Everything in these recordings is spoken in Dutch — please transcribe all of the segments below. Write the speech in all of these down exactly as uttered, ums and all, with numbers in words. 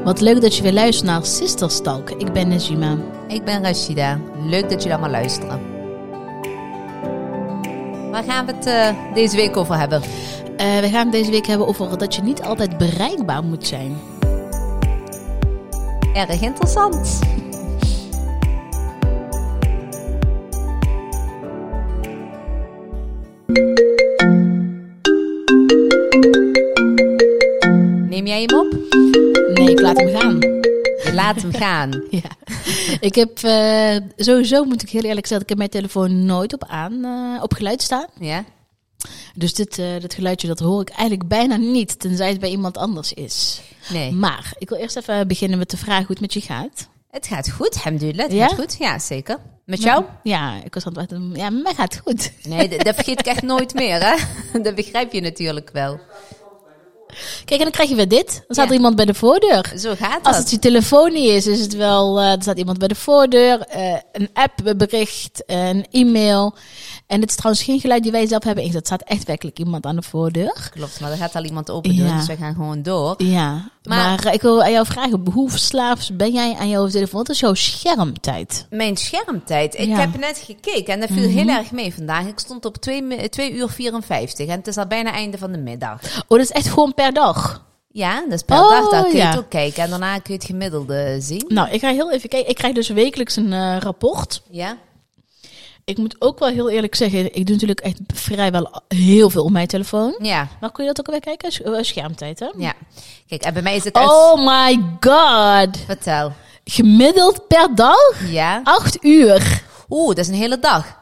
Wat leuk dat je weer luistert naar Sisterstalk. Ik ben Najima. Ik ben Rashida. Leuk dat jullie allemaal luisteren. Waar gaan we het uh, deze week over hebben? Uh, we gaan het deze week hebben over dat je niet altijd bereikbaar moet zijn. Erg interessant. Neem jij hem op? Nee, ik laat hem gaan. Je laat hem gaan. Ja. Ik heb uh, sowieso, moet ik heel eerlijk zeggen, ik heb mijn telefoon nooit op aan, uh, op geluid staan. Ja. Dus dit, uh, dit geluidje, dat hoor ik eigenlijk bijna niet, tenzij het bij iemand anders is. Nee. Maar ik wil eerst even beginnen met de vraag hoe het met je gaat. Het gaat goed, alhamdulillah. Het ja? gaat goed, ja zeker. Met jou? Ja, ik was aan het wachten. Ja, met mij gaat het goed. Nee, dat, dat vergeet ik echt nooit meer, hè? Dat begrijp je natuurlijk wel. Kijk, en dan krijg je weer dit. Dan staat ja. er iemand bij de voordeur. Zo gaat dat. Als het je telefoon niet is, is het wel... Uh, er staat iemand bij de voordeur. Uh, een appbericht, uh, een e-mail. En dit is trouwens geen geluid die wij zelf hebben ingezet. Er staat echt werkelijk iemand aan de voordeur. Klopt, maar er gaat al iemand open doen, ja. Dus we gaan gewoon door. Ja, maar, maar uh, ik wil aan jou vragen. Hoe verslaafd ben jij aan jouw telefoon? Wat is jouw schermtijd? Mijn schermtijd? Ik ja. heb net gekeken en dat viel mm-hmm. heel erg mee vandaag. Ik stond op twee uur vierenvijftig en het is al bijna einde van de middag. Oh, dat is echt gewoon per dag? Ja, dat is per oh, dag. Daar kun je ja. het ook kijken. En daarna kun je het gemiddelde zien. Nou, ik ga heel even kijken. Ik krijg dus wekelijks een uh, rapport. Ja. Ik moet ook wel heel eerlijk zeggen, ik doe natuurlijk echt vrijwel heel veel op mijn telefoon. Ja. Maar kun je dat ook weer kijken? Schermtijd, hè? Ja. Kijk, en bij mij is het... Oh my god! Vertel. Gemiddeld per dag? Ja. Acht uur. Oeh, dat is een hele dag.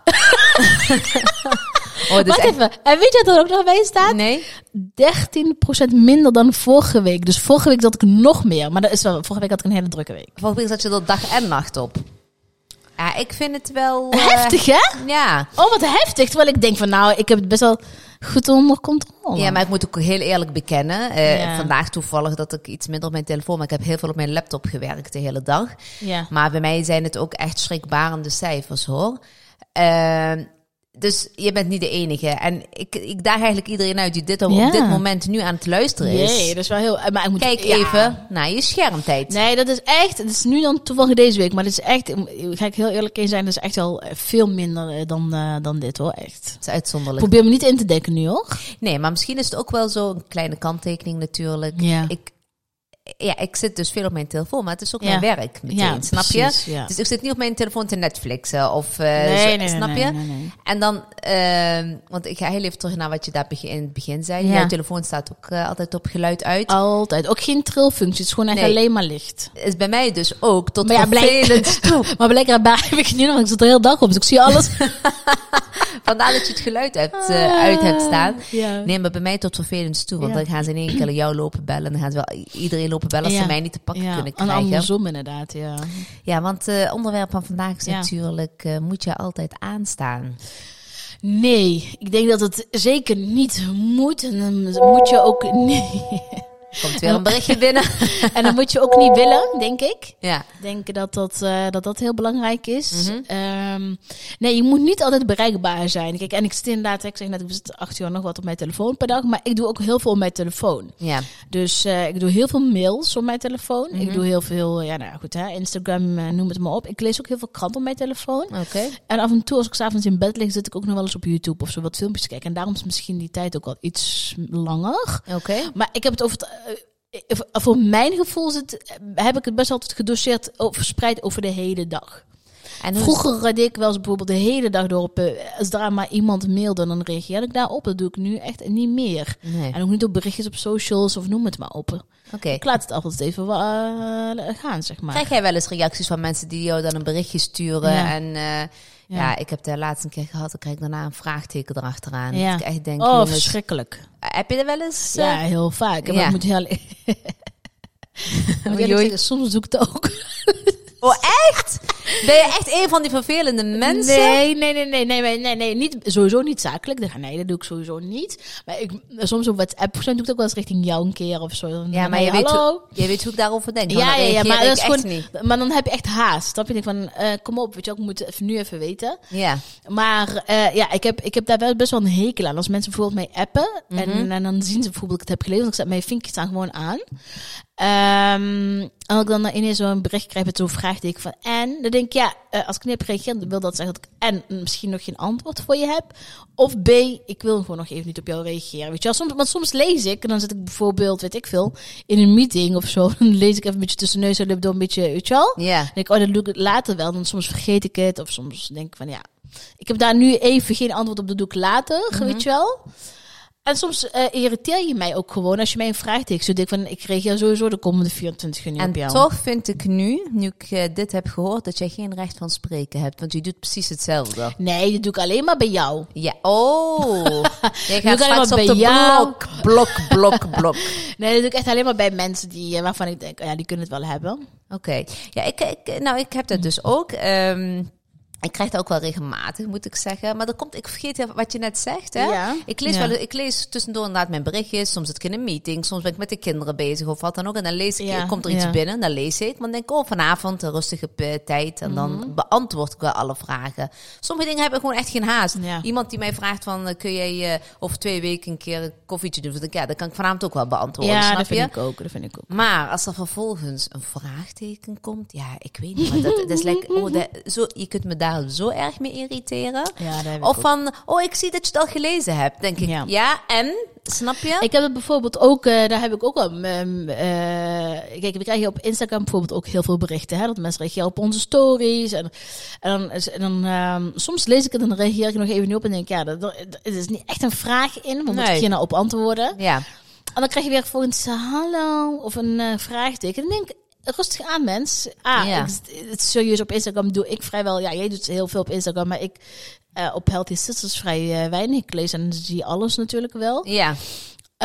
Oh, Wacht echt... even. En weet je wat er ook nog bij staat? Nee. dertien procent minder dan vorige week. Dus vorige week zat ik nog meer. Maar dat is wel, vorige week had ik een hele drukke week. Vorige week zat je er dag en nacht op. Ja, ik vind het wel... Uh, heftig, hè? Ja. Oh, wat heftig. Terwijl ik denk van, nou, ik heb het best wel goed onder controle. Ja, maar ik moet ook heel eerlijk bekennen. Uh, ja. Vandaag toevallig dat ik iets minder op mijn telefoon... maar ik heb heel veel op mijn laptop gewerkt de hele dag. Ja. Maar bij mij zijn het ook echt schrikbarende cijfers, hoor. Uh, Dus je bent niet de enige. En ik, ik daag eigenlijk iedereen uit die dit ja. op dit moment nu aan het luisteren is. Nee, dat is wel heel... Maar ik moet, Kijk ja. even naar je schermtijd. Nee, dat is echt... Het is nu dan toevallig deze week. Maar dat is echt... Ga ik heel eerlijk in zijn. Dat is echt wel veel minder dan, uh, dan dit, hoor. Echt. Het is uitzonderlijk. Probeer me niet in te dekken nu, hoor. Nee, maar misschien is het ook wel zo een kleine kanttekening natuurlijk. Ja. Ik... Ja, ik zit dus veel op mijn telefoon, maar het is ook ja. mijn werk meteen, ja, snap precies, je? Ja. Dus ik zit niet op mijn telefoon te Netflixen of uh, nee, zo, nee, snap nee, je? Nee, nee, nee. En dan, uh, want ik ga heel even terug naar wat je daar in het begin zei. Ja. Jouw telefoon staat ook uh, altijd op geluid uit. Altijd. Ook geen trilfunctie, het is gewoon echt nee. alleen maar licht. Is bij mij dus ook tot maar ja, vervelend toe. Maar blijkbaar heb ik niet nog, ik zit er heel dag op, dus ik zie alles. Vandaar dat je het geluid hebt, uh, uit hebt staan. Ja. Nee, maar bij mij tot vervelend toe. Want ja. dan gaan ze in één keer jou lopen bellen. Dan gaan ze wel iedereen lopen bellen als ja. ze mij niet te pakken ja. kunnen en krijgen. andersom inderdaad, ja. Ja, want het uh, onderwerp van vandaag is ja. natuurlijk... Uh, moet je altijd aanstaan? Nee, ik denk dat het zeker niet moet. En dan moet je ook... Nee. Komt weer een berichtje binnen. En dan moet je ook niet willen, denk ik. Ja. Ik denk dat dat, uh, dat, dat heel belangrijk is. Mm-hmm. Um, nee, je moet niet altijd bereikbaar zijn. Kijk, en ik zit inderdaad, ik zeg net, ik zit acht uur nog wat op mijn telefoon per dag. Maar ik doe ook heel veel op mijn telefoon. Ja. Dus uh, ik doe heel veel mails op mijn telefoon. Mm-hmm. Ik doe heel veel, ja nou goed, hè, Instagram, uh, noem het maar op. Ik lees ook heel veel krant op mijn telefoon. Oké. Okay. En af en toe, als ik 's avonds in bed lig, zit ik ook nog wel eens op YouTube of zo wat filmpjes te kijken. En daarom is misschien die tijd ook wel iets langer. Oké. Okay. Maar ik heb het over... Het, uh, voor mijn gevoel zit, heb ik het best altijd gedoseerd verspreid over de hele dag. En vroeger had ik wel eens bijvoorbeeld de hele dag door op, als daar maar iemand mailde, dan reageerde ik daarop. Dat doe ik nu echt niet meer. Nee. En ook niet op berichtjes op socials of noem het maar op. Oké. Okay. Ik laat het altijd even uh, gaan, zeg maar. Krijg jij wel eens reacties van mensen die jou dan een berichtje sturen ja. en... Uh, Ja. ja, ik heb de laatste keer gehad, dan krijg ik daarna een vraagteken erachteraan. Ja. Dat ik echt denk, oh, jongens, verschrikkelijk. Heb je er wel eens? Uh... Ja, heel vaak. Ja. Maar ik moet heel... moet zeggen, soms doe ik het ook. Oh, echt? Ben je echt een van die vervelende mensen? Nee, nee, nee, nee, nee, nee, nee, niet, sowieso niet zakelijk. Nee, dat doe ik sowieso niet. Maar ik, soms op WhatsApp doe ik het ook wel eens richting jou een keer of zo. Dan ja, maar hey, je, weet hallo. hoe, je weet hoe ik daarover denk. Ja, ja, ja, maar dat is gewoon, niet. maar dan heb je echt haast. Snap je? Ik van, uh, kom op, weet je, ik moet even nu even weten. Ja. Maar uh, ja, ik heb, ik heb daar wel best wel een hekel aan. Als mensen bijvoorbeeld mij appen mm-hmm. en, en dan zien ze bijvoorbeeld ik het heb gelezen, dan zet mijn vinkjes staan gewoon aan. Um, en als ik dan ineens zo'n bericht krijg met zo'n vraagteken van en, dan denk ik ja, uh, als ik niet heb gereageerd, dan wil dat zeggen dat ik en misschien nog geen antwoord voor je heb. Of B, ik wil gewoon nog even niet op jou reageren. Weet je wel, soms, want soms lees ik en dan zit ik bijvoorbeeld, weet ik veel, in een meeting of zo. Dan lees ik even een beetje tussen neus en lip door een beetje, weet je wel. Ja. Dan denk ik, oh, dan doe ik het later wel. Dan soms vergeet ik het of soms denk ik van ja, ik heb daar nu even geen antwoord op, dat doe ik later, mm-hmm. weet je wel. En soms uh, irriteer je mij ook gewoon als je mij een vraag steekt. Zo denk ik van, ik reageer sowieso de komende vierentwintig uur niet op jou. En toch vind ik nu, nu ik uh, dit heb gehoord, dat jij geen recht van spreken hebt. Want je doet precies hetzelfde. Nee, dat doe ik alleen maar bij jou. Ja, oh. Jij gaat straks op bij de jou. blok, blok, blok, blok. Nee, dat doe ik echt alleen maar bij mensen die, waarvan ik denk, oh ja, die kunnen het wel hebben. Oké. Okay. Ja, ik, ik, nou, ik heb dat dus ook. Um, Ik krijg dat ook wel regelmatig, moet ik zeggen. Maar er komt, ik vergeet wat je net zegt. Hè? Ja. Ik, lees ja. wel, ik lees tussendoor inderdaad mijn berichtjes. Soms zit ik in een meeting. Soms ben ik met de kinderen bezig of wat dan ook. En dan lees ik, ja. komt er iets ja. binnen. Dan lees ik. Maar dan denk ik, oh, vanavond een rustige tijd. En dan mm-hmm. beantwoord ik wel alle vragen. Sommige dingen hebben gewoon echt geen haast. Ja. Iemand die mij vraagt van, kun jij uh, over twee weken een keer een koffietje doen? Dan, ja, dat kan ik vanavond ook wel beantwoorden. Ja, snap dat vind je? ik ook. Dat vind ik ook. Maar als er vervolgens een vraagteken komt. Ja, ik weet niet. Maar dat, dat is like, oh, dat, zo, je kunt me daar zo erg mee irriteren. Ja, dat of van, oh, ik zie dat je het al gelezen hebt. Denk ik, ja, ja en? Snap je? Ik heb het bijvoorbeeld ook, uh, daar heb ik ook al... Um, uh, kijk, we krijgen op Instagram bijvoorbeeld ook heel veel berichten. Hè, dat mensen reageren op onze stories. En, en dan, en dan um, soms lees ik het en dan reageer ik nog even niet op. En denk ja, dat, dat, het is niet echt een vraag in. Want nee. moet ik hier nou op antwoorden. Ja. En dan krijg je weer volgens hallo of een uh, vraagteken. En dan denk ik, rustig aan, mens. Ah, ja. ik, het serieus op Instagram doe ik vrijwel... Ja, jij doet heel veel op Instagram, maar ik uh, op Healthy Sisters vrij uh, weinig. Ik lees en zie alles natuurlijk wel. Ja. Uh,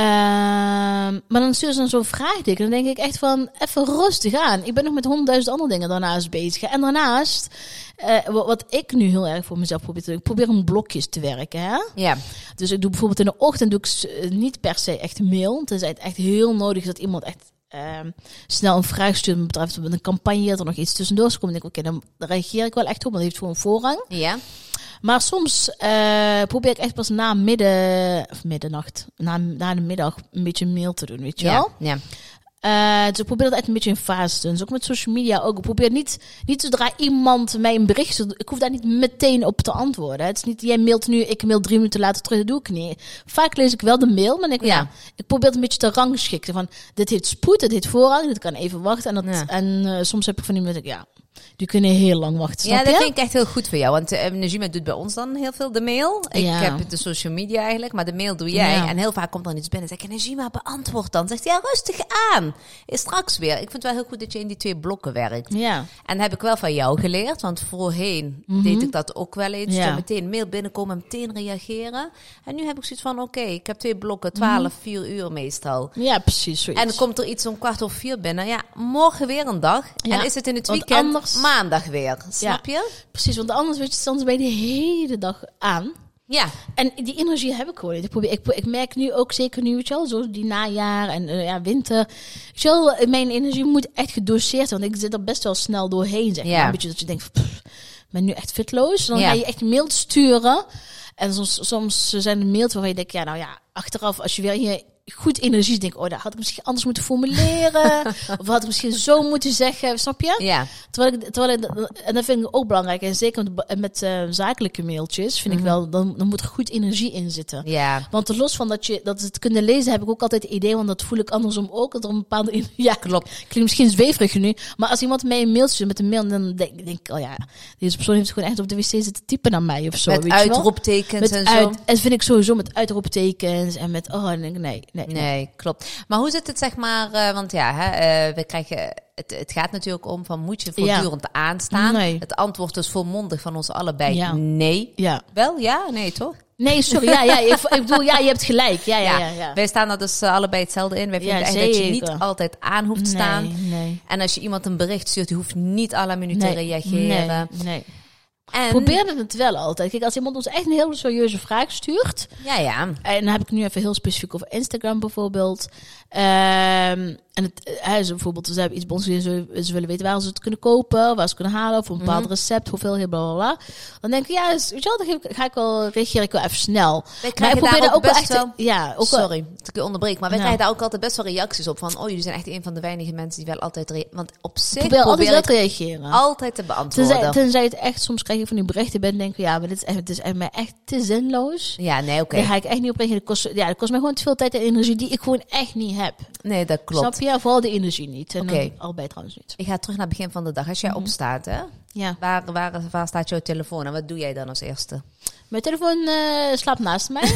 maar dan stuur ze dan zo'n vraagteken. Dan denk ik echt van, even rustig aan. Ik ben nog met honderdduizend andere dingen daarnaast bezig. En daarnaast, uh, wat, wat ik nu heel erg voor mezelf probeer te doen, ik probeer om blokjes te werken. Hè? Ja. Dus ik doe bijvoorbeeld in de ochtend doe ik niet per se echt mail. Tenzij het echt heel nodig is dat iemand echt Uh, snel een vraag stuurt met betreft met een campagne, dat er nog iets tussendoor komt. Dan denk ik, oké, okay, dan reageer ik wel echt op, want dat heeft gewoon voorrang. Ja. Maar soms uh, probeer ik echt pas na midden, of middernacht, na, na de middag een beetje mail te doen, weet je ja. wel? Ja. Uh, dus ik probeer dat echt een beetje in fase te doen. Dus ook met social media ook. Ik probeer niet, niet zodra iemand mij een bericht stuurt, ik hoef daar niet meteen op te antwoorden. Het is niet, jij mailt nu, ik mail drie minuten later terug, dat doe ik niet. Vaak lees ik wel de mail, maar denk ik, ja. ja, ik probeer het een beetje te rangschikken. Van, dit heeft spoed, dit heeft voorrang, dit kan even wachten. En, dat, ja. en uh, soms heb ik van die mensen, ja, die kunnen heel lang wachten, snap Ja, dat je? vind ik echt heel goed voor jou. Want uh, Najima doet bij ons dan heel veel de mail. Ik ja. heb de social media eigenlijk, maar de mail doe jij. Ja. En heel vaak komt er iets binnen en zeg ik, Najima, beantwoord dan. Zegt hij, ja, rustig aan. Is straks weer. Ik vind het wel heel goed dat je in die twee blokken werkt. Ja. En dat heb ik wel van jou geleerd. Want voorheen mm-hmm. deed ik dat ook wel eens. Ja. Meteen mail binnenkomen en meteen reageren. En nu heb ik zoiets van, oké, okay, ik heb twee blokken, twaalf, mm-hmm. vier uur meestal. Ja, precies. Zoiets. En dan komt er iets om kwart over vier binnen. Ja, morgen weer een dag. Ja. En is het in het weekend anders... maandag weer. Snap je? Ja, precies, want anders weet je soms bij de hele dag aan. Ja. En die energie heb ik gewoon niet. Ik, probeer, ik, ik merk nu ook, zeker nu, weet je wel, zo die najaar en uh, ja, winter. Weet je wel, mijn energie moet echt gedoseerd worden. Want ik zit er best wel snel doorheen, zeg maar. Ja. Een beetje dat je denkt, pff, ik ben nu echt fitloos. Dan ja. ga je echt mails sturen. En soms, soms zijn er mails waarvan je denkt, ja, nou ja, achteraf, als je weer in je goed energie denkt, oh, dat had ik misschien anders moeten formuleren. Of had ik misschien zo moeten zeggen, snap je? Ja. Terwijl ik, terwijl ik, en dat vind ik ook belangrijk. En zeker met, met uh, zakelijke mailtjes vind mm-hmm. ik wel, dan, dan moet er goed energie in zitten. Ja. Want los van dat je dat het kunnen lezen, heb ik ook altijd het idee, want dat voel ik andersom ook. Dat er een bepaalde, ja, klopt. Klinkt misschien zweverig nu, maar als iemand mij een mailtje stuurt met een mail, dan denk, denk ik, oh ja, deze persoon heeft gewoon echt op de wc zitten typen naar mij of zo. Met weet uitroeptekens je wel? en met zo. Uit, en vind ik sowieso met uitroeptekens en met, oh, en denk ik, nee. nee, nee, nee. klopt. Maar hoe zit het, zeg maar, uh, want ja, hè, uh, we krijgen, het, het gaat natuurlijk om van, moet je voortdurend ja. aanstaan? Nee. Het antwoord is volmondig van ons allebei, ja. nee. Ja. Wel, ja, nee, toch? Nee, sorry. Ja, ja, ik, ik bedoel, ja, je hebt gelijk. Ja, ja, ja, ja. Wij staan er dus uh, allebei hetzelfde in. Wij vinden ja, eigenlijk dat je niet altijd aan hoeft te staan. Nee, nee. En als je iemand een bericht stuurt, die hoeft niet à la minuut nee, te reageren. Nee, nee. En... Probeer het wel altijd. Kijk, als iemand ons echt een hele serieuze vraag stuurt. Ja, ja. En dan heb ik nu even heel specifiek over Instagram bijvoorbeeld. Um, en het, hij is bijvoorbeeld, ze hebben iets bij ons gezien, ze, ze willen weten waar ze het kunnen kopen, waar ze kunnen halen, of een bepaald mm-hmm. recept, hoeveel, heel bla bla bla. Dan denk ik, ja, weet je wel, dan geef ik, ga ik wel, reageer ik wel even snel. Wij krijgen maar ik probeer daar ook, ook best wel, echt, ja, ook sorry, dat ik je onderbreek, maar wij ja. krijgen daar ook altijd best wel reacties op van, oh, jullie zijn echt een van de weinige mensen die wel altijd reageren. Want op zich probeer, probeer altijd ik reageren. altijd te beantwoorden. Tenzij, tenzij het echt, soms krijg je van die berichten bent, denk ik, ja, maar dit is echt, het is echt, mij echt te zinloos. Ja, nee, oké. Okay. Daar ga ik echt niet op reageren. Dat kost, ja, dat kost mij gewoon te veel tijd en energie die ik gewoon echt niet heb. Nee, dat klopt. Snap je? Vooral de energie niet. En okay. allebei trouwens niet. Ik ga terug naar het begin van de dag. Als jij mm-hmm. opstaat, hè? Ja. Waar, waar, waar staat jouw telefoon en wat doe jij dan als eerste? Mijn telefoon uh, slaapt naast mij.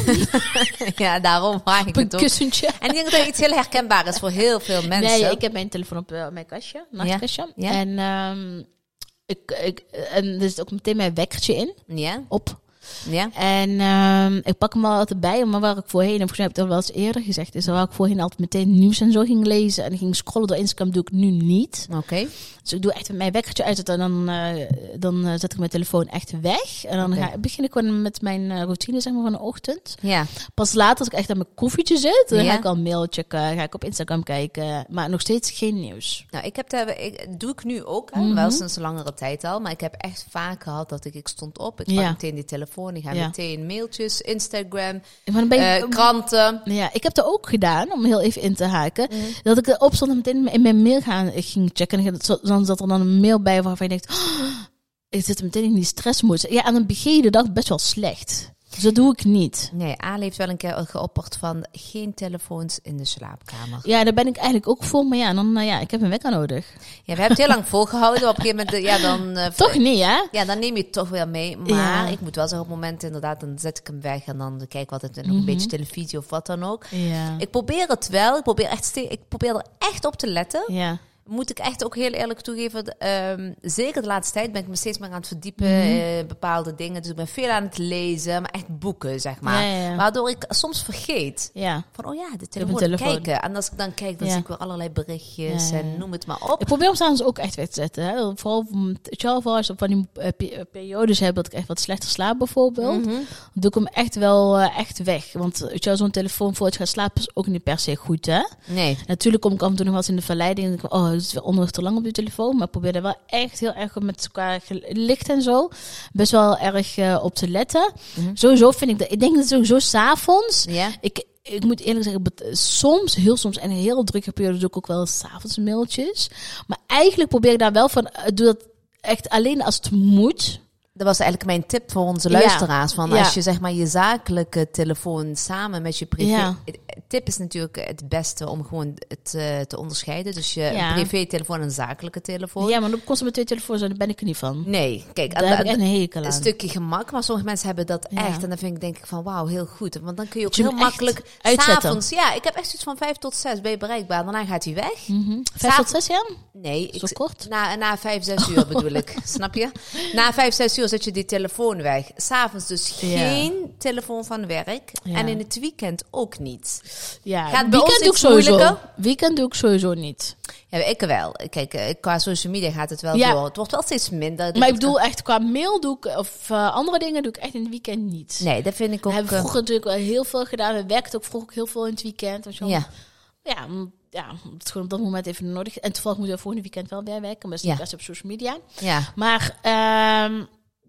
Ja, daarom maak ik het ook. Kussentje. En ik denk dat er iets heel herkenbaar is voor heel veel mensen. Nee, ik heb mijn telefoon op uh, mijn kastje, nachtkastje. Ja. Ja. En um, ik, ik, en er zit ook meteen mijn wekkertje in. Ja. Op. Ja. En um, ik pak hem al altijd bij, maar waar ik voorheen, en volgens mij heb ik dat wel eens eerder gezegd, is waar ik voorheen altijd meteen nieuws en zo ging lezen en ging scrollen door Instagram, doe ik nu niet. Oké. Okay. Dus ik doe echt mijn wekkertje uit en dan, uh, dan uh, zet ik mijn telefoon echt weg. En dan okay. ga, begin ik gewoon met mijn uh, routine, zeg maar, van de ochtend. Ja. Pas later, als ik echt aan mijn koffietje zit, dan ja. ga ik al een mail checken, ga ik op Instagram kijken, maar nog steeds geen nieuws. Nou, ik heb daar, ik, doe ik nu ook, mm-hmm. wel sinds een langere tijd al, maar ik heb echt vaak gehad dat ik, ik stond op, ik pak ja. meteen die telefoon, ik ga ja. meteen mailtjes, Instagram, uh, kranten. Ja, ik heb dat ook gedaan, om heel even in te haken, mm. dat ik erop stond en meteen in mijn mail gaan, ik ging checken en dan zat er dan een mail bij waarvan je denkt, oh, ik zit meteen in die stressmodus. Ja, en dan begin je de dag best wel slecht. Dus dat doe ik niet. Nee, Aal heeft wel een keer geopperd van geen telefoons in de slaapkamer. Ja, daar ben ik eigenlijk ook voor. Maar ja, dan, uh, ja ik heb een wekker nodig. Ja, we hebben het heel lang volgehouden. Op een gegeven moment, ja, dan... Uh, toch niet, hè? Ja, dan neem je het toch weer mee. Maar ja. ik moet wel zeggen, op het moment inderdaad, dan zet ik hem weg. En dan kijk ik altijd nog mm-hmm. een beetje televisie of wat dan ook. Ja. Ik probeer het wel. Ik probeer, echt ste- ik probeer er echt op te letten. Ja. Moet ik echt ook heel eerlijk toegeven, um, zeker de laatste tijd ben ik me steeds meer aan het verdiepen in Mm-hmm. uh, bepaalde dingen. Dus ik ben veel aan het lezen, maar echt boeken, zeg maar. Ja, ja, ja. Waardoor ik soms vergeet ja. van, oh ja, de telefoon, telefoon kijken. En als ik dan kijk, dan ja. zie ik weer allerlei berichtjes ja, ja, ja. en noem het maar op. Ik probeer hem trouwens ook echt weg te zetten. Hè. Vooral, vooral als ik van die uh, p- periodes heb dat ik echt wat slechter slaap bijvoorbeeld. Mm-hmm. Dan doe ik hem echt wel uh, echt weg. Want weet je wel, zo'n telefoon voor het gaan slapen is ook niet per se goed, hè? Nee. Natuurlijk kom ik af en toe nog wel eens in de verleiding. En denk ik, oh, het is weer onnodig te lang op je telefoon, maar probeer er wel echt heel erg met elkaar licht en zo best wel erg uh, op te letten. Mm-hmm. Sowieso vind ik dat, ik denk dat sowieso 's avonds, ja. ik, ik moet eerlijk zeggen, soms, heel soms en een heel drukke periode doe ik ook wel 's avonds mailtjes, maar eigenlijk probeer ik daar wel van, uh, doe dat echt alleen als het moet. Dat was eigenlijk mijn tip voor onze luisteraars. Van ja. als je zeg maar je zakelijke telefoon samen met je privé... Ja. Tip is natuurlijk het beste om gewoon het uh, te onderscheiden. Dus je ja. privé-telefoon en een zakelijke telefoon. Ja, maar op kosten met twee telefoons, daar ben ik er niet van. Nee, kijk. Daar heb ik echt een hekel aan. Een stukje gemak, maar sommige mensen hebben dat ja. echt. En dan vind ik denk ik van wauw, heel goed. Want dan kun je ook je heel makkelijk... uitzetten. 's avonds, ja, ik heb echt zoiets van vijf tot zes ben je bereikbaar. Daarna gaat hij weg. Mm-hmm. Vijf tot zes, ja? Nee. Zo ik, kort? Na, na vijf, zes uur bedoel ik. Snap je? Na vijf, zes uur zet je die telefoon weg. 's Avonds dus geen ja. telefoon van werk. Ja. En in het weekend ook niet. Ja, Gaat weekend doe ik sowieso. Weekend doe ik sowieso niet. Ja, ik wel. Kijk, qua social media gaat het wel ja. door. Het wordt wel steeds minder. Maar ik bedoel echt, qua mail doe ik, of uh, andere dingen doe ik echt in het weekend niet. Nee, dat vind ik ook. We hebben vroeger natuurlijk wel heel veel gedaan. We werkten ook vroeger ook heel veel in het weekend. Of zo. Ja. Ja, ja, het is gewoon op dat moment even nodig. En toevallig moeten we volgende weekend wel weer werken. Maar dat is ja. best op social media. Ja. Maar... Um,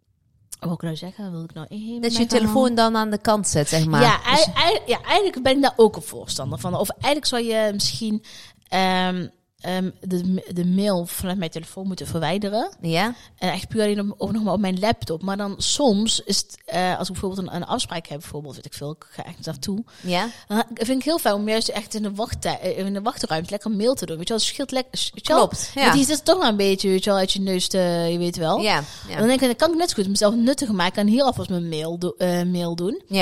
wat wil ik nou zeggen? Wil ik nou in dat je je telefoon dan aan de kant zet, zeg maar. Ja, dus... ei, ei, ja, eigenlijk ben ik daar ook een voorstander van. Of eigenlijk zou je misschien um, um, de, de mail vanuit mijn telefoon moeten verwijderen. Ja. En echt puur alleen op, of nog maar op mijn laptop. Maar dan soms is het, uh, als ik bijvoorbeeld een, een afspraak heb, bijvoorbeeld, weet ik veel, ik ga echt naartoe. Ja. Dan vind ik heel fijn om juist echt in de, wacht, in de wachtruimte lekker een mail te doen. Weet je wel, het scheelt lekker. Klopt. Ja. Want die zit toch maar een beetje, weet je wel, uit je neus te, je weet wel. Ja. Ja. Dan denk ik, dan kan ik net zo goed mezelf nuttiger maken en heel alvast mijn mail, do, uh, mail doen. Ja.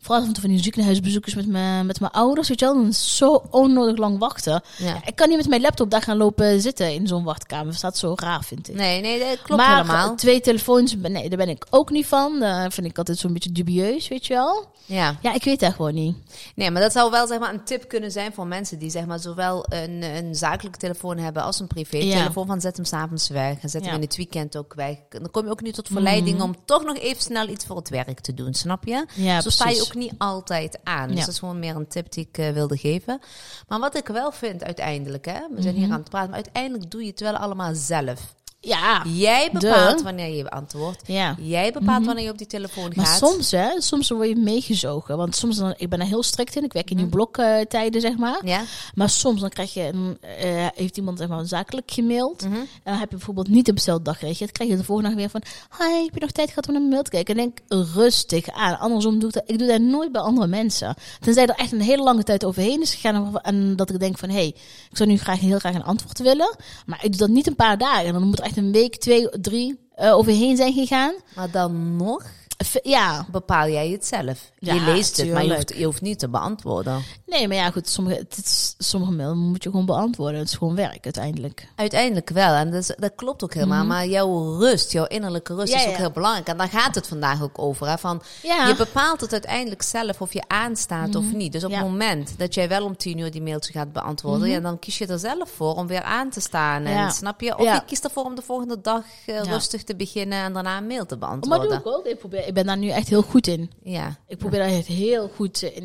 Vooral van die ziekenhuisbezoekers met mijn, met mijn ouders. Weet je wel, dan is zo onnodig lang wachten. Ja. Ja, ik kan niet met mijn laptop daar gaan lopen zitten in zo'n wachtkamer. Dat staat zo raar, vind ik. Nee, nee, dat klopt maar helemaal. Maar twee telefoons, nee, daar ben ik ook niet van. Dat vind ik altijd zo'n beetje dubieus, weet je wel. Ja. Ja, ik weet dat gewoon niet. Nee, maar dat zou wel zeg maar een tip kunnen zijn voor mensen die zeg maar zowel een, een zakelijke telefoon hebben als een privé telefoon. Ja. Van zet hem 's avonds weg en zet ja. hem in het weekend ook weg. Dan kom je ook niet tot verleiding mm. om toch nog even snel iets voor het werk te doen, snap je? Ja, Zo precies. sta je ook niet altijd aan. Dus ja. dat is gewoon meer een tip die ik uh, wilde geven. Maar wat ik wel vind uiteindelijk, hè, we zijn mm-hmm. hier aan het praten, maar uiteindelijk doe je het wel allemaal zelf. Ja, jij bepaalt de. wanneer je beantwoordt. Ja. Jij bepaalt mm-hmm. wanneer je op die telefoon maar gaat. Maar soms, hè, soms word je meegezogen. Want soms dan, ik ben er heel strikt in. Ik werk in die bloktijden, zeg maar. Ja. Maar soms dan krijg je, een, uh, heeft iemand zeg maar zakelijk gemaild. Mm-hmm. En dan heb je bijvoorbeeld niet een besteld dag gereageerd. Dan krijg je de volgende dag weer van, hi, heb je nog tijd gehad om naar mijn mail te kijken? En denk rustig aan. Andersom doe ik dat. Ik doe dat nooit bij andere mensen. Tenzij er echt een hele lange tijd overheen is gegaan. En dat ik denk van, hé, hey, ik zou nu graag heel graag een antwoord willen. Maar ik doe dat niet een paar dagen. En dan moet er echt een week, twee, drie uh, overheen zijn gegaan. Maar dan nog v- ja. bepaal jij het zelf. Ja, je leest het, maar je hoeft, tuurlijk. je hoeft niet te beantwoorden. Nee, maar ja, goed. Sommige, het is, sommige mail moet je gewoon beantwoorden. Het is gewoon werk uiteindelijk. Uiteindelijk wel. En dat, is, dat klopt ook helemaal. Mm-hmm. Maar jouw rust, jouw innerlijke rust ja, is ook ja. heel belangrijk. En daar gaat het vandaag ook over. Hè? Van, ja. Je bepaalt het uiteindelijk zelf of je aanstaat mm-hmm. of niet. Dus op ja. het moment dat jij wel om tien uur die mailtje gaat beantwoorden, mm-hmm. ja, dan kies je er zelf voor om weer aan te staan. En, ja. Snap je? Of ja. je kiest ervoor om de volgende dag uh, ja. rustig te beginnen en daarna een mail te beantwoorden. Maar doe ik ook. Ik, probeer, ik ben daar nu echt heel goed in. Ja. Ik probeer daar echt heel goed in.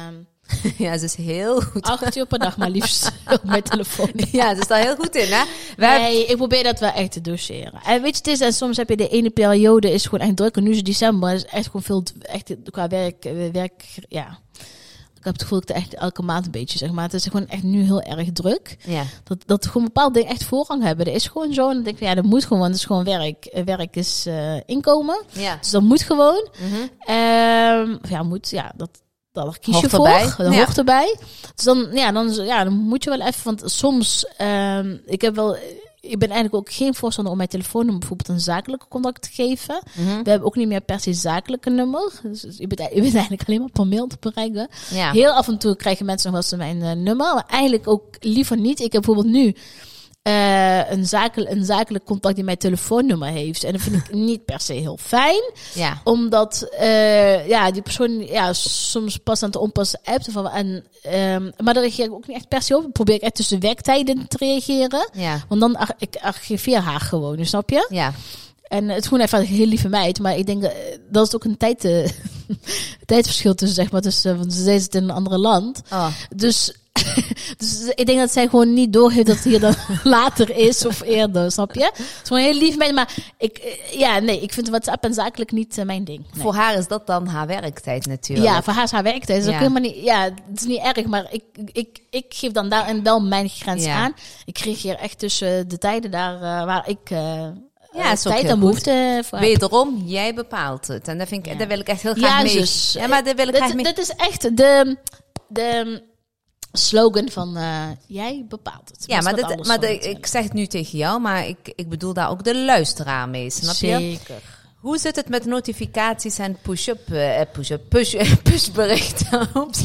Uh, ja, ze is heel goed. Acht uur per dag maar liefst op mijn telefoon. Ja, ze is daar heel goed in, hè? Wij nee, hebben... ik probeer dat wel echt te doseren. En weet je, het is, en soms heb je de ene periode is gewoon echt druk. En nu is het december, is echt gewoon veel, echt qua werk, werk, ja. Ik heb het gevoel dat ik echt elke maand een beetje, zeg maar. Het is gewoon echt nu heel erg druk. Ja. Dat, dat gewoon bepaalde dingen echt voorrang hebben. Dat is gewoon zo. En dan denk ik, ja, dat moet gewoon, want het is gewoon werk. Werk is uh, inkomen. Ja. Dus dat moet gewoon. Mm-hmm. Um, ja, moet, ja, dat... Daar kies hoort je voor, erbij. dat ja. hoort erbij. Dus dan, ja, dan, ja, dan moet je wel even, want soms, um, ik heb wel, ik ben eigenlijk ook geen voorstander om mijn telefoonnummer bijvoorbeeld een zakelijke contact te geven. Mm-hmm. We hebben ook niet meer per se zakelijke nummer. Dus je bent, je bent eigenlijk alleen maar per mail te bereiken. Ja. Heel af en toe krijgen mensen nog wel eens mijn uh, nummer, maar eigenlijk ook liever niet. Ik heb bijvoorbeeld nu Uh, een, zakel, een zakelijk contact die mijn telefoonnummer heeft. En dat vind ik niet per se heel fijn. Ja. Omdat uh, ja, die persoon ja, soms pas aan te onpassen appt. En, um, maar daar reageer ik ook niet echt per se op. Probeer ik echt tussen werktijden te reageren. Ja. Want dan ar- ik archiveer haar gewoon, snap je? Ja. En het is gewoon even een heel lieve meid. Maar ik denk, uh, dat is ook een tijd, uh, tijdverschil tussen, zeg maar. Tussen, want ze zit in een ander land. Oh. Dus... Dus ik denk dat zij gewoon niet doorheeft dat het hier dan later is of eerder, snap je? Het is gewoon heel lief met maar ik, ja, nee, ik vind WhatsApp en zakelijk niet uh, mijn ding. Nee. Voor haar is dat dan haar werktijd natuurlijk. Ja, voor haar is haar werktijd. Dat is ja. ook helemaal niet, ja, het is niet erg, maar ik, ik, ik geef dan daarin wel mijn grens ja. aan. Ik reageer echt tussen de tijden daar uh, waar ik... Uh, Ja, is tijd en behoefte voor. Wederom, jij bepaalt het. En dat, vind ik, ja. dat wil ik echt heel graag ja, mee. Dus, ja, maar dat wil ik dat, graag mee. Dat is echt de... de slogan van uh, jij bepaalt het. Ja, maar, dit, maar de, ik zeg het nu tegen jou, maar ik, ik bedoel daar ook de luisteraar mee, snap je? Zeker. Hoe zit het met notificaties en push-up, uh, push-up, push, pushberichten?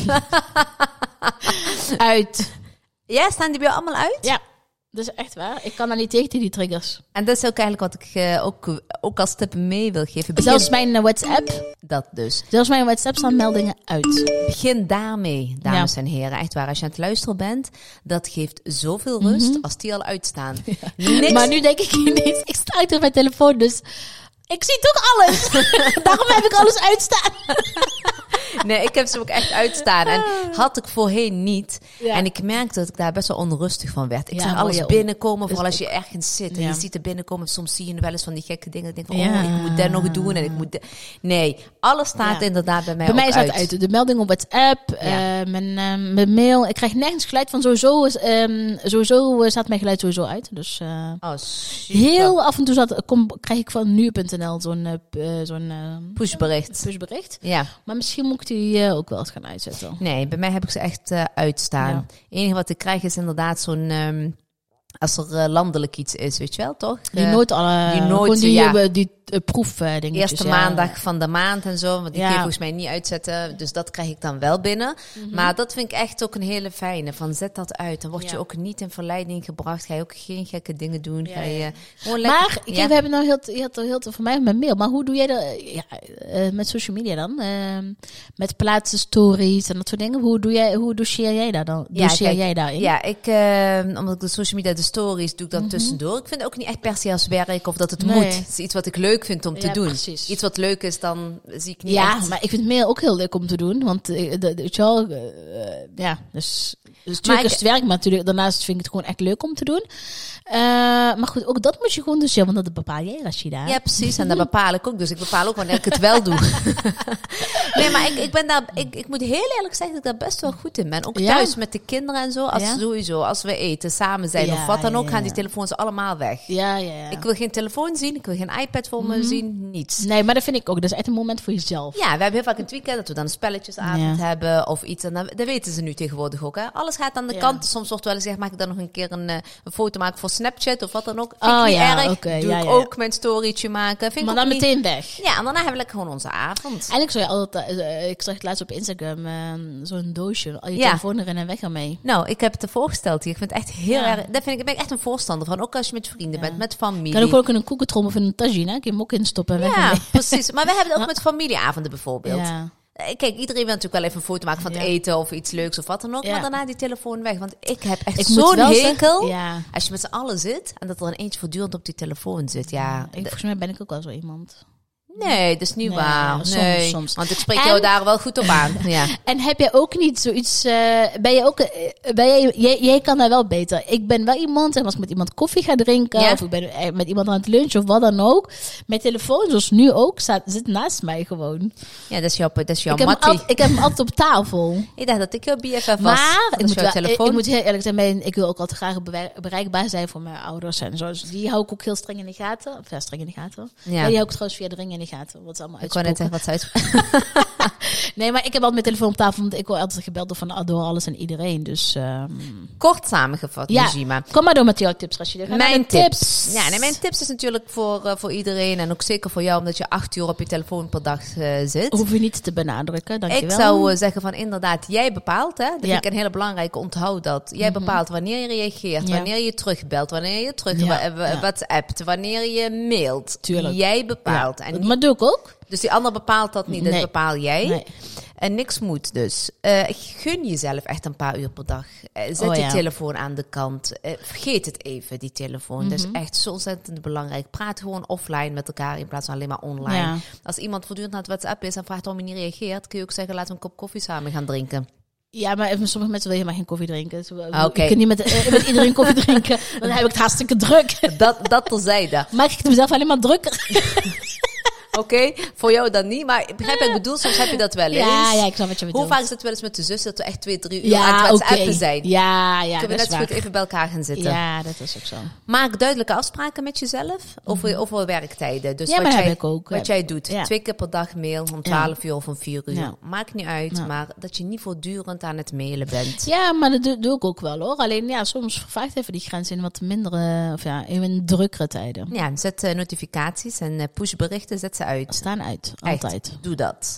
Uit. Ja, staan die bij jou allemaal uit? Ja. Dat is echt waar. Ik kan daar niet tegen, die triggers. En dat is ook eigenlijk wat ik uh, ook, ook als tip mee wil geven. Begin... Zelfs mijn uh, WhatsApp. Dat dus. Zelfs mijn WhatsApp staan meldingen uit. Begin daarmee, dames ja. en heren. Echt waar, als je aan het luisteren bent, dat geeft zoveel rust mm-hmm. als die al uitstaan. Ja. Niks... Maar nu denk ik ineens, ik sta uit op mijn telefoon, dus ik zie toch alles. Daarom heb ik alles uitstaan. Nee, ik heb ze ook echt uitstaan. En had ik voorheen niet. Ja. En ik merkte dat ik daar best wel onrustig van werd. Ik ja, zag alles binnenkomen, vooral als je ergens zit. En ja. je ziet er binnenkomen. Soms zie je wel eens van die gekke dingen. Ik denk van, ja. oh, ik moet dat nog doen. En ik moet de... Nee, alles staat ja. inderdaad bij mij Bij mij staat uit. uit. De melding op WhatsApp, ja. uh, mijn, uh, mijn mail. Ik krijg nergens geluid van sowieso. Um, sowieso uh, staat mijn geluid sowieso uit. Dus uh, oh, heel af en toe zat, kom, krijg ik van nu punt n l zo'n, uh, zo'n uh, pushbericht. pushbericht. Ja. Maar misschien moet ik die uh, ook wel eens gaan uitzetten. Nee, bij mij heb ik ze echt uh, uitstaan. Ja. Het enige wat ik krijg is inderdaad zo'n... Um, Als er uh, landelijk iets is, weet je wel, toch? Die uh, nooit alle... Die nooit, die, ja. die, die uh, proefdingetjes. Eerste ja. maandag van de maand en zo. Want die ja. kun je volgens mij niet uitzetten. Dus dat krijg ik dan wel binnen. Mm-hmm. Maar dat vind ik echt ook een hele fijne. Van zet dat uit. Dan word je ja. ook niet in verleiding gebracht. Ga je ook geen gekke dingen doen. Ja, ga je, ja. gewoon lekker, maar ik, ja. we hebben nou heel, heel, heel, heel voor mij met mail. Maar hoe doe jij dat ja, uh, met social media dan? Uh, met plaatsen, stories en dat soort dingen. Hoe, doe jij, hoe doseer jij daar dan? Ja, doseer kijk, jij daarin? Ja, ik, uh, omdat ik de social media, de stories doe ik dan mm-hmm. tussendoor. Ik vind het ook niet echt per se als werk of dat het nee. moet. Het is iets wat ik leuk vind om te ja, doen. Precies. Iets wat leuk is, dan zie ik niet ja, echt. maar ik vind mail ook heel leuk om te doen. Want uh, de, de, de, uh, ja, dus, dus natuurlijk is het werk, maar natuurlijk, daarnaast vind ik het gewoon echt leuk om te doen. Uh, maar goed, ook dat moet je gewoon dus, ja, want dat bepaal jij, Rashida. Ja, precies. En dat bepaal ik ook. Dus ik bepaal ook wanneer ik het wel doe. Nee, maar ik, ik ben daar, ik, ik moet heel eerlijk zeggen dat ik daar best wel goed in ben. Ook ja. thuis met de kinderen en zo. Als ja. sowieso, als we eten, samen zijn ja, of wat dan ja, ook, gaan ja. die telefoons allemaal weg. Ja, ja, ja. Ik wil geen telefoon zien, ik wil geen iPad voor mm-hmm. me zien, niets. Nee, maar dat vind ik ook. Dat is echt een moment voor jezelf. Ja, we hebben heel vaak een weekend dat we dan spelletjesavond ja. hebben of iets. En dan, dat weten ze nu tegenwoordig ook. Hè. Alles gaat aan de ja. kant. Soms wordt wel eens gezegd, mag ik dan nog een keer een, een foto maken voor Snapchat of wat dan ook. Vind oh, ik niet ja, erg. Okay, Doe ja, ik ja. ook mijn storytje maken. Vind maar ik dan niet... meteen weg. Ja, en daarna hebben we lekker gewoon onze avond. Eigenlijk zou je altijd, uh, ik zag het laatst op Instagram, uh, zo'n doosje, al je ja. telefoon erin en weg ermee. Nou, ik heb het ervoor gesteld hier. Ik vind het echt heel ja. erg, dat vind ik, ben ik echt een voorstander van. Ook als je met vrienden ja. bent, met familie. Kan ook ook in een koekentrommel of in een tagine, kun je hem ook instoppen en weg Ja, ermee. Precies. Maar we hebben het ook met familieavonden bijvoorbeeld. Ja. Kijk, iedereen wil natuurlijk wel even een foto maken van het ja. eten of iets leuks of wat dan ook. Ja. Maar daarna die telefoon weg. Want ik heb echt ik zo'n hekel ja. als je met z'n allen zit en dat er een eentje voortdurend op die telefoon zit. Ja, ja ik, volgens mij ben ik ook wel zo iemand. Nee, dat is niet nee, waar. Soms, nee, soms. Want ik spreek en, jou daar wel goed op aan. Ja. En heb jij ook niet zoiets... Uh, ben je ook... Uh, ben jij, jij, jij kan daar wel beter. Ik ben wel iemand, en als ik met iemand koffie ga drinken... Ja. of ik ben met iemand aan het lunchen of wat dan ook... mijn telefoon, zoals nu ook, staat, zit naast mij gewoon. Ja, dat is jouw, dat is jouw ik mattie. Heb al, ik heb hem altijd op tafel. Ik dacht dat ik jouw B F F was. Maar ik moet, wel, telefoon. ik moet heel eerlijk zijn, mijn, ik wil ook altijd graag bereikbaar zijn voor mijn ouders en zo. Dus die hou ik ook heel streng in de gaten. Of ja, streng in de gaten. Ja. Ja, die hou ik trouwens via de ring in de gaten. Wat is allemaal ik kon net zeggen wat ze uit. Nee, maar ik heb altijd mijn telefoon op tafel, want ik word altijd gebeld door, van, door alles en iedereen. Dus, um... kort samengevat, ja. Nujima. Kom maar door met jouw tips, Rashida. Mijn tips. tips. Ja, nee, mijn tips is natuurlijk voor, uh, voor iedereen en ook zeker voor jou, omdat je acht uur op je telefoon per dag uh, zit. Hoef je niet te benadrukken, dankjewel. Ik zou uh, zeggen van inderdaad, jij bepaalt, hè. Dat ja. vind ik een hele belangrijke, onthoud dat. Jij mm-hmm. bepaalt wanneer je reageert, ja. wanneer je terugbelt, wanneer je terug ja. wa- ja. WhatsAppt, wanneer je mailt. Tuurlijk. Jij bepaalt. Ja. En maar doe ik ook. Dus die ander bepaalt dat niet, nee. dat bepaal jij. Nee. En niks moet dus. Uh, gun jezelf echt een paar uur per dag. Uh, zet oh, je ja. telefoon aan de kant. Uh, vergeet het even, die telefoon. Mm-hmm. Dat is echt zo ontzettend belangrijk. Praat gewoon offline met elkaar in plaats van alleen maar online. Ja. Als iemand voortdurend naar het WhatsApp is en vraagt waarom je niet reageert, kun je ook zeggen, laten we een kop koffie samen gaan drinken. Ja, maar sommige mensen willen helemaal geen koffie drinken. Dus okay. Ik kan niet met, uh, met iedereen koffie drinken. Dan heb ik het hartstikke druk. Dat, dat terzijde. Maak ik het mezelf alleen maar drukker. Oké, okay, voor jou dan niet. Maar begrijp ik bedoel, soms heb je dat wel eens. Ja, ja, ik snap wat je bedoelt. Hoe vaak is het wel eens met de zus dat we echt twee, drie uur ja, aan het WhatsAppen okay. zijn? Ja, ja, kunnen we net zo goed even bij elkaar gaan zitten. Ja, dat is ook zo. Maak duidelijke afspraken met jezelf over, mm-hmm. over werktijden. Dus ja, wat, maar jij, heb ik ook. wat jij doet. Ja. Twee keer per dag mail om twaalf ja. uur of om vier uur. Ja. Maakt niet uit, ja. maar dat je niet voortdurend aan het mailen bent. Ja, maar dat doe, doe ik ook wel hoor. Alleen ja, soms vervaagt even die grens in wat mindere, of ja, in drukkere tijden. Ja, zet uh, notificaties en uh, pushberichten, zet ze uit. Staan uit. Altijd. Echt, doe dat.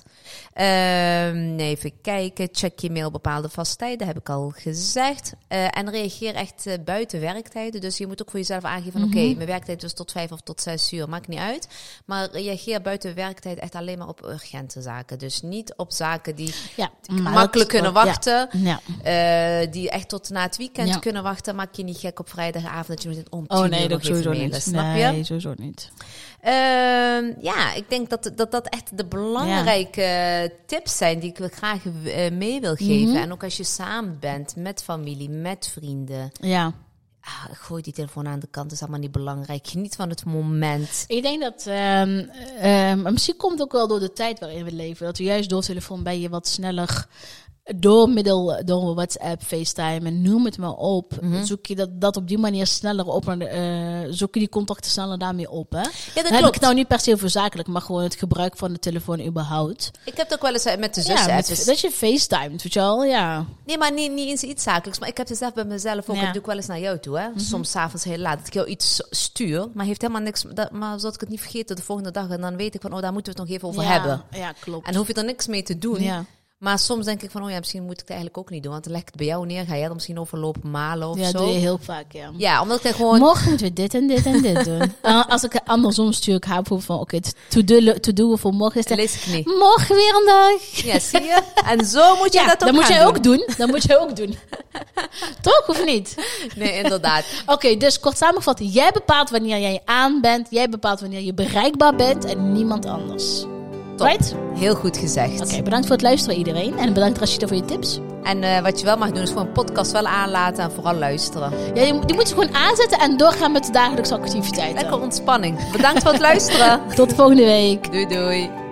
Um, even kijken. Check je mail bepaalde vasttijden, heb ik al gezegd. Uh, en reageer echt uh, buiten werktijden. Dus je moet ook voor jezelf aangeven, mm-hmm. oké, okay, mijn werktijd is tot vijf of tot zes uur, maakt niet uit. Maar reageer buiten werktijd echt alleen maar op urgente zaken. Dus niet op zaken die ja, makkelijk dat, kunnen wachten. Ja. Ja. Uh, die echt tot na het weekend ja. kunnen wachten. Maak je niet gek op vrijdagavond dat je moet om tien oh, nee, uur nog even mailen. Niet. Snap nee, je? Nee, sowieso niet. Uh, ja, ik denk dat, dat dat echt de belangrijke ja. tips zijn die ik graag uh, mee wil geven. Mm-hmm. En ook als je samen bent met familie, met vrienden. Ja. Ah, gooi die telefoon aan de kant, dat is allemaal niet belangrijk. Geniet van het moment. Ik denk dat, um, um, misschien komt het ook wel door de tijd waarin we leven. Dat we juist door telefoon ben je wat sneller door middel door WhatsApp, FaceTime en noem het maar op, mm-hmm. zoek je dat, dat op die manier sneller op en uh, zoek je die contacten sneller daarmee op. Hè? Ja, dat Dan heb ik het nou niet per se over zakelijk, maar gewoon het gebruik van de telefoon überhaupt. Ik heb het ook wel eens met de zus. Ja, met, dat je FaceTimet, weet je wel, ja. Nee, maar niet, niet eens iets zakelijks, maar ik heb het zelf bij mezelf ook. Ja. Ik doe ik wel eens naar jou toe, hè. Mm-hmm. Soms 's avonds heel laat, dat ik jou iets stuur, maar heeft helemaal niks, dat, maar zodat ik het niet vergeet de volgende dag en dan weet ik van, oh, daar moeten we het nog even over ja. hebben. Ja, klopt. En hoef je er niks mee te doen. Ja. Maar soms denk ik van, oh ja, misschien moet ik het eigenlijk ook niet doen. Want dan leg ik het bij jou neer. Ga jij er misschien overlopen malen of ja, zo? Ja, doe je heel vaak, ja. Ja, omdat ik gewoon... Morgen moeten we dit en dit en dit doen. uh, als ik andersom stuur, ik haar van, oké, okay, to-do to do voor morgen is het... Lees ik niet. Morgen weer een dag. Ja, zie je? En zo moet je ja, dat ook dat moet jij doen. ook doen. Dat moet jij ook doen. Toch, of niet? Nee, inderdaad. Oké, okay, dus kort samengevat. Jij bepaalt wanneer jij aan bent. Jij bepaalt wanneer je bereikbaar bent. En niemand anders. Right? Heel goed gezegd. Oké, okay, bedankt voor het luisteren iedereen. En bedankt Rashida voor je tips. En uh, wat je wel mag doen is gewoon een podcast wel aanlaten en vooral luisteren. Ja, die, die moet je gewoon aanzetten en doorgaan met de dagelijkse activiteiten. Lekker ontspanning. Bedankt voor het luisteren. Tot volgende week. Doei doei.